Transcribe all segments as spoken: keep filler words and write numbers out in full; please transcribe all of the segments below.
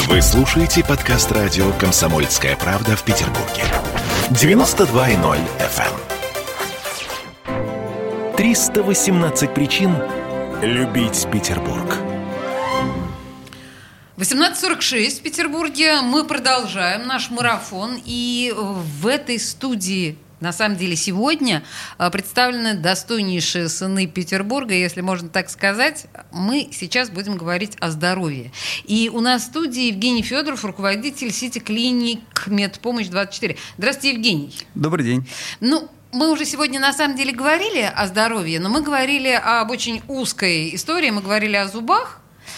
Вы слушаете подкаст радио «Комсомольская правда» в Петербурге. девяносто два и ноль эф эм. триста восемнадцать причин любить Петербург. восемнадцать сорок шесть в Петербурге. Мы продолжаем наш марафон. И в этой студии, на самом деле, сегодня представлены достойнейшие сыны Петербурга, если можно так сказать. Мы сейчас будем говорить о здоровье. И у нас в студии Евгений Федоров, руководитель сети клиник «Медпомощь двадцать четыре». Здравствуйте, Евгений. Добрый день. Ну, мы уже сегодня на самом деле говорили о здоровье, но мы говорили об очень узкой истории, мы говорили о зубах.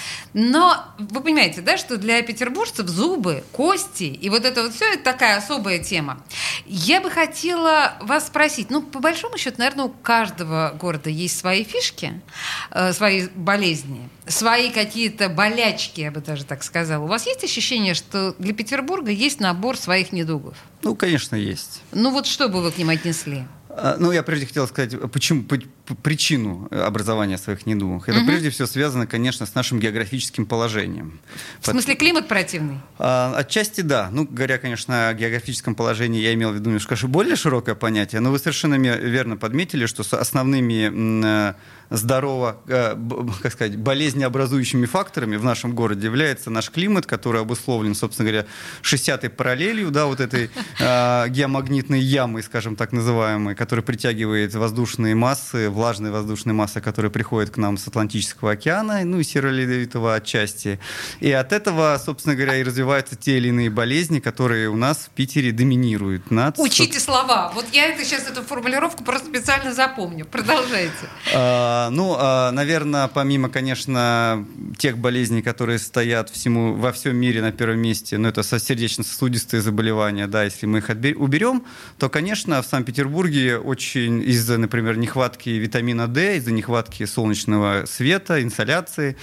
Но вы понимаете, да, что для петербуржцев зубы, кости и вот это вот все – это такая особая тема. Я бы хотела вас спросить, ну, по большому счету, наверное, у каждого города есть свои фишки, э, свои болезни, свои какие-то болячки, я бы даже так сказала. У вас есть ощущение, что для Петербурга есть набор своих недугов? Ну, конечно, есть. Ну, вот что бы вы к ним отнесли? Ну, я прежде хотел сказать, почему, по, по, причину образования своих недугов. Это, угу. прежде всего связано, конечно, с нашим географическим положением. В смысле, климат противный? А, отчасти да. Ну, говоря, конечно, о географическом положении, я имел в виду немножко более широкое понятие, но вы совершенно верно подметили, что с основными здорово, как сказать, болезнеобразующими факторами в нашем городе является наш климат, который обусловлен, собственно говоря, шестидесятой параллелью, да, вот этой э, геомагнитной ямой, скажем так называемой, которая притягивает воздушные массы, влажные воздушные массы, которые приходят к нам с Атлантического океана, ну и Серо-Ледовитого отчасти. И от этого, собственно говоря, и развиваются те или иные болезни, которые у нас в Питере доминируют. Над... Учите слова. Вот я это сейчас, эту формулировку просто специально запомню. Продолжайте. А, ну, а, наверное, помимо, конечно, тех болезней, которые стоят всему, во всем мире на первом месте, ну, это сердечно-сосудистые заболевания, да, если мы их отбер... уберем, то, конечно, в Санкт-Петербурге очень из-за, например, нехватки витамина D, из-за нехватки солнечного света, инсоляции,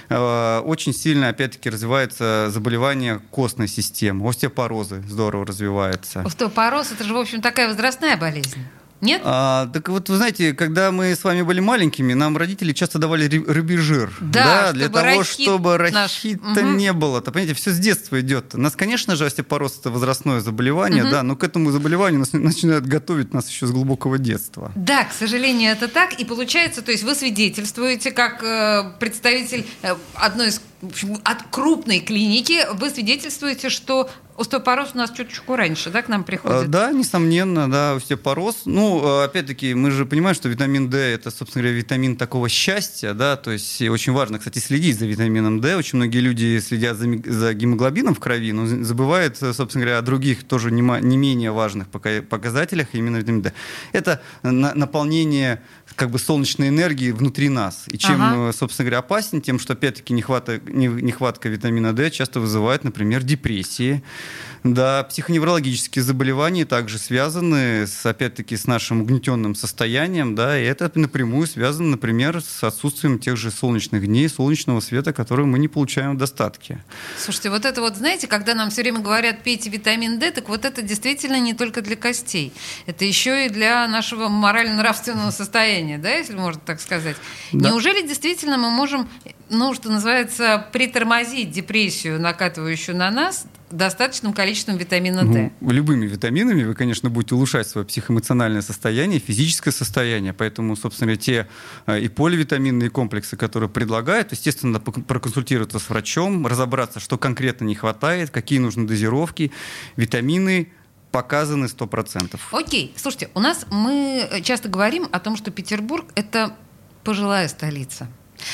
э, очень сильно, опять-таки, развивается заболевание костной системы, остеопорозы здорово развивается. Остеопороз – это же, в общем, такая возрастная болезнь. Нет? А, так вот, вы знаете, когда мы с вами были маленькими, нам родители часто давали рыбий жир. Да, да, для чтобы того, рахит чтобы наш... рахита угу. не было. То, понимаете, все с детства идет. У нас, конечно же, остеопороз – это возрастное заболевание, угу. да, но к этому заболеванию нас начинают готовить нас еще с глубокого детства. Да, к сожалению, это так. И получается, то есть вы свидетельствуете, как э, представитель э, одной из, в общем, от крупной клиники, вы свидетельствуете, что остеопороз у нас чуточку раньше, да, к нам приходит? Да, несомненно, да, остеопороз. Ну, опять-таки, мы же понимаем, что витамин D – это, собственно говоря, витамин такого счастья, да, то есть очень важно, кстати, следить за витамином D. Очень многие люди следят за, за гемоглобином в крови, но забывают, собственно говоря, о других тоже не, не менее важных показателях, именно витамин D. Это на, наполнение как бы солнечной энергии внутри нас. И чем, ага. собственно говоря, опаснее, тем, что, опять-таки, нехватка, нехватка витамина D часто вызывает, например, депрессии. Да, психоневрологические заболевания также связаны, с, опять-таки, с нашим угнетенным состоянием, да, и это напрямую связано, например, с отсутствием тех же солнечных дней, солнечного света, который мы не получаем в достатке. Слушайте, вот это вот, знаете, когда нам все время говорят, пейте витамин D, так вот это действительно не только для костей, это еще и для нашего морально-нравственного состояния, да, если можно так сказать. Да. Неужели действительно мы можем, ну, что называется, притормозить депрессию, накатывающую на нас, достаточным количеством витамина D? Ну, любыми витаминами вы, конечно, будете улучшать свое психоэмоциональное состояние, физическое состояние. Поэтому, собственно, те и поливитаминные комплексы, которые предлагают, естественно, надо проконсультироваться с врачом, разобраться, что конкретно не хватает, какие нужны дозировки. Витамины показаны сто процентов. Окей. Слушайте, у нас мы часто говорим о том, что Петербург – это пожилая столица.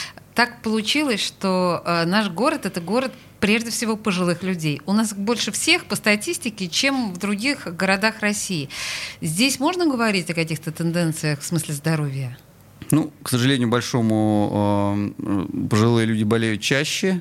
Так получилось, что э, наш город – это город прежде всего пожилых людей. У нас больше всех по статистике, чем в других городах России. Здесь можно говорить о каких-то тенденциях в смысле здоровья? Ну, к сожалению, большому э, пожилые люди болеют чаще.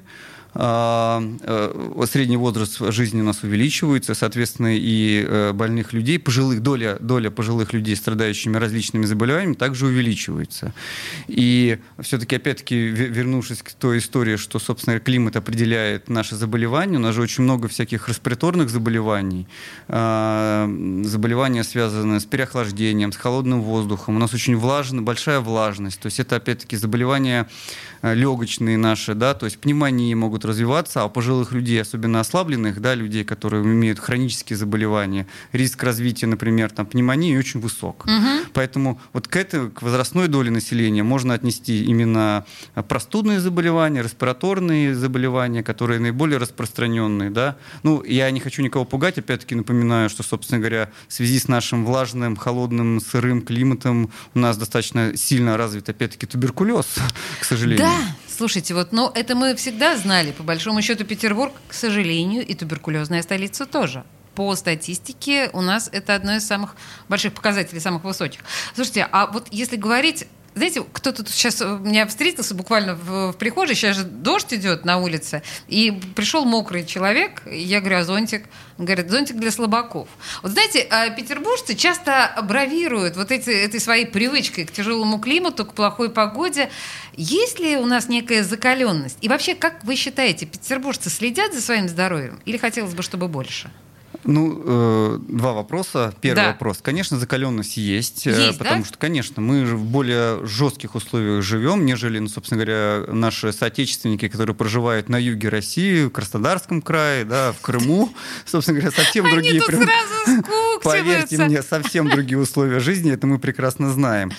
Средний возраст жизни у нас увеличивается, соответственно, и больных людей, пожилых, доля, доля пожилых людей, страдающими различными заболеваниями, также увеличивается. И все-таки, опять-таки, вернувшись к той истории, что, собственно, климат определяет наши заболевания, у нас же очень много всяких респираторных заболеваний, заболевания, связанные с переохлаждением, с холодным воздухом, у нас очень влажная, большая влажность, то есть это, опять-таки, заболевания легочные наши, да, то есть пневмонии могут могут развиваться, а у пожилых людей, особенно ослабленных, да, людей, которые имеют хронические заболевания, риск развития, например, там, пневмонии очень высок. Угу. Поэтому вот к этой, к возрастной доле населения можно отнести именно простудные заболевания, респираторные заболевания, которые наиболее распространенные. Да. Ну, я не хочу никого пугать, опять-таки напоминаю, что, собственно говоря, в связи с нашим влажным, холодным, сырым климатом у нас достаточно сильно развит, опять-таки, туберкулез, к сожалению. Да, слушайте, вот, ну, это мы всегда знали. По большому счету, Петербург, к сожалению, и туберкулезная столица тоже. По статистике у нас это одно из самых больших показателей, самых высоких. Слушайте, а вот если говорить... Знаете, кто-то тут сейчас у меня встретился буквально в, в прихожей, сейчас же дождь идет на улице, и пришел мокрый человек, и я говорю, а зонтик? Он говорит, зонтик для слабаков. Вот знаете, петербуржцы часто бравируют вот эти, этой своей привычкой к тяжелому климату, к плохой погоде. Есть ли у нас некая закаленность? И вообще, как вы считаете, петербуржцы следят за своим здоровьем? Или хотелось бы, чтобы больше? Ну, э, два вопроса. Первый да. вопрос. Конечно, закаленность есть, есть потому да? что, конечно, мы же в более жестких условиях живем, нежели, ну, собственно говоря, наши соотечественники, которые проживают на юге России, в Краснодарском крае, да, в Крыму, собственно говоря, совсем другие... Они тут сразу скукчиваются. Поверьте мне, совсем другие условия жизни, это мы прекрасно знаем.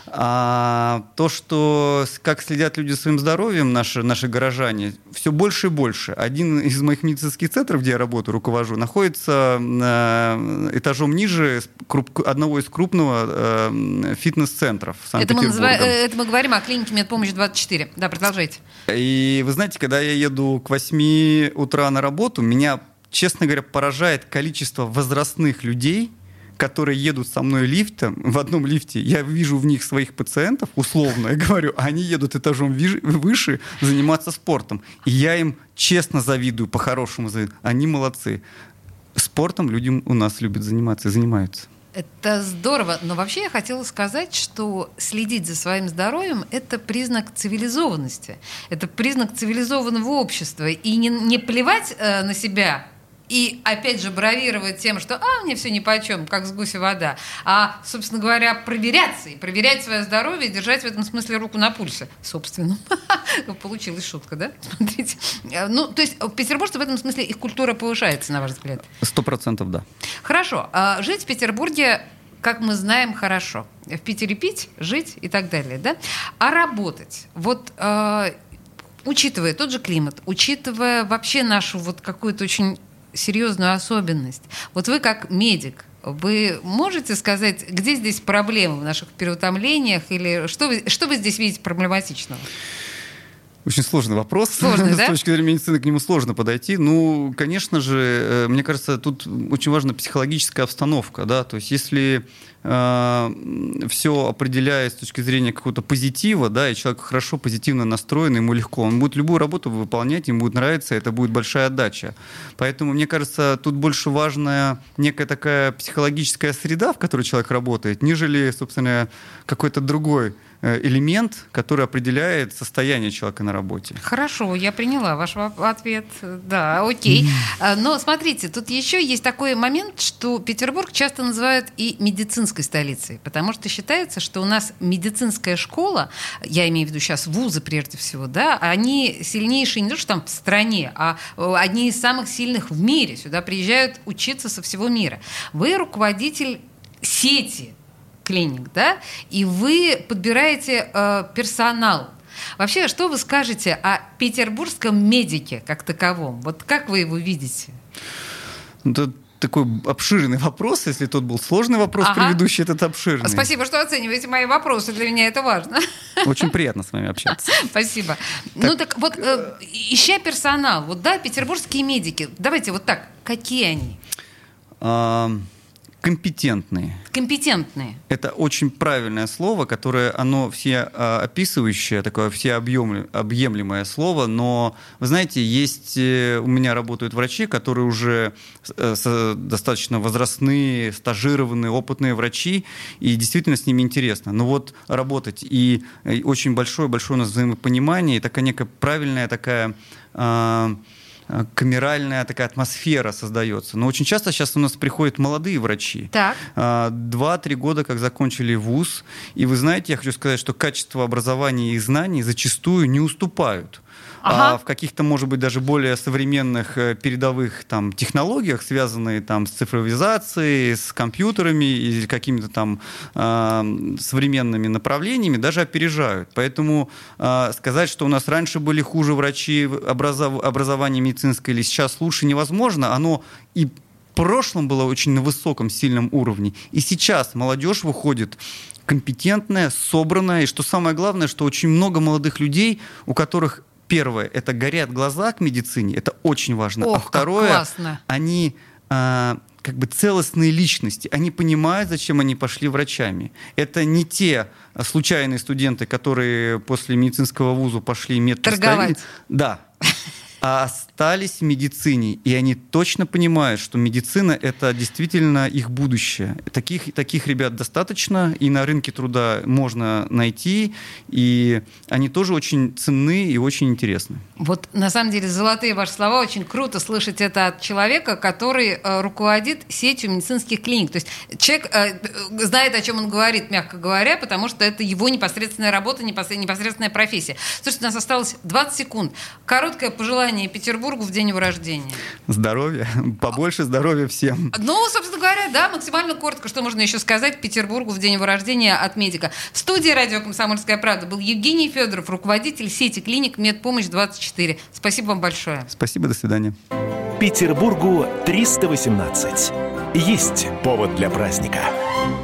А то, что как следят люди за своим здоровьем, наши, наши горожане, все больше и больше. Один из моих медицинских центров, где я работаю, руковожу, находится этажом ниже одного из крупного фитнес-центров Санкт-Петербурга. Это мы, называем, это мы говорим о клинике Медпомощь двадцать четыре. Да, продолжайте. И вы знаете, когда я еду к восьми утра на работу, меня, честно говоря, поражает количество возрастных людей, которые едут со мной лифтом, в одном лифте, я вижу в них своих пациентов, условно, я говорю, они едут этажом выше заниматься спортом. И я им честно завидую, по-хорошему завидую. Они молодцы. Спортом люди у нас любят заниматься и занимаются. Это здорово, но вообще я хотела сказать, что следить за своим здоровьем – это признак цивилизованности, это признак цивилизованного общества. И не, не плевать э, на себя, и опять же бравировать тем, что «а, мне все нипочем, как с гуся вода», а, собственно говоря, проверяться и проверять свое здоровье, и держать в этом смысле руку на пульсе собственном. Получилась шутка, да? Смотрите. Ну, то есть петербуржцы в этом смысле, их культура повышается, на ваш взгляд? Сто процентов, да. Хорошо. Жить в Петербурге, как мы знаем, хорошо. В Питере пить, жить и так далее, да? А работать? Вот... Учитывая тот же климат, учитывая вообще нашу вот какую-то очень серьезную особенность. Вот вы как медик, вы можете сказать, где здесь проблемы в наших переутомлениях или что вы, что вы здесь видите проблематичного? Очень сложный вопрос. Сложный, да? С точки зрения медицины к нему сложно подойти. Ну, конечно же, мне кажется, тут очень важна психологическая обстановка. Да? То есть если э, все определяется с точки зрения какого-то позитива, да, и человек хорошо позитивно настроен, ему легко, он будет любую работу выполнять, ему будет нравиться, это будет большая отдача. Поэтому, мне кажется, тут больше важна некая такая психологическая среда, в которой человек работает, нежели, собственно, какой-то другой элемент, который определяет состояние человека на работе. Хорошо, я приняла ваш ответ. Да, окей. Но смотрите, тут еще есть такой момент, что Петербург часто называют и медицинской столицей, потому что считается, что у нас медицинская школа, я имею в виду сейчас вузы прежде всего, да, они сильнейшие не то что там в стране, а одни из самых сильных в мире. Сюда приезжают учиться со всего мира. Вы руководитель сети клиник, да, и вы подбираете э, персонал. Вообще, что вы скажете о петербургском медике как таковом? Вот как вы его видите? Это такой обширный вопрос. Если тот был сложный вопрос, ага. предыдущий, этот обширный. Спасибо, что оцениваете мои вопросы. Для меня это важно. Очень приятно с вами общаться. Спасибо. Так. Ну так вот, э, ища персонал, вот да, петербургские медики, давайте вот так, какие они? А... Компетентные. Компетентные. Это очень правильное слово, которое, оно все а, описывающее, такое всеобъемлемое слово, но, вы знаете, есть, у меня работают врачи, которые уже э, достаточно возрастные, стажированные, опытные врачи, и действительно с ними интересно. Но вот работать, и, и очень большое-большое у нас взаимопонимание, и такая некая правильная такая... Э, камеральная такая атмосфера создается. Но очень часто сейчас у нас приходят молодые врачи. Так. Два-три года, как закончили вуз. И вы знаете, я хочу сказать, что качество образования и знаний зачастую не уступают Ага. а в каких-то, может быть, даже более современных передовых там, технологиях, связанные там, с цифровизацией, с компьютерами или какими-то там э, современными направлениями, даже опережают. Поэтому э, сказать, что у нас раньше были хуже врачи, образов... образование медицинское или сейчас лучше, невозможно. Оно и в прошлом было очень на высоком, сильном уровне. И сейчас молодежь выходит компетентная, собранная. И что самое главное, что очень много молодых людей, у которых первое, это горят глаза к медицине, это очень важно. Ох, а второе, как классно. они а, как бы целостные личности, они понимают, зачем они пошли врачами. Это не те случайные студенты, которые после медицинского вуза пошли медпредставителями. Торговать. Да. А остались в медицине, и они точно понимают, что медицина — это действительно их будущее. Таких, таких ребят достаточно, и на рынке труда можно найти, и они тоже очень ценны и очень интересны. Вот на самом деле золотые ваши слова, очень круто слышать это от человека, который э, руководит сетью медицинских клиник. То есть человек э, знает, о чем он говорит, мягко говоря, потому что это его непосредственная работа, непосредственная профессия. Слушайте, у нас осталось двадцать секунд. Короткое пожелание Петербургу в день его рождения. Здоровья. Побольше здоровья всем. Ну, собственно говоря, да, максимально коротко, что можно еще сказать Петербургу в день его рождения от медика. В студии радио «Комсомольская правда» был Евгений Федоров, руководитель сети клиник «Медпомощь двадцать четыре». Спасибо вам большое. Спасибо, до свидания. Петербургу триста восемнадцать. Есть повод для праздника.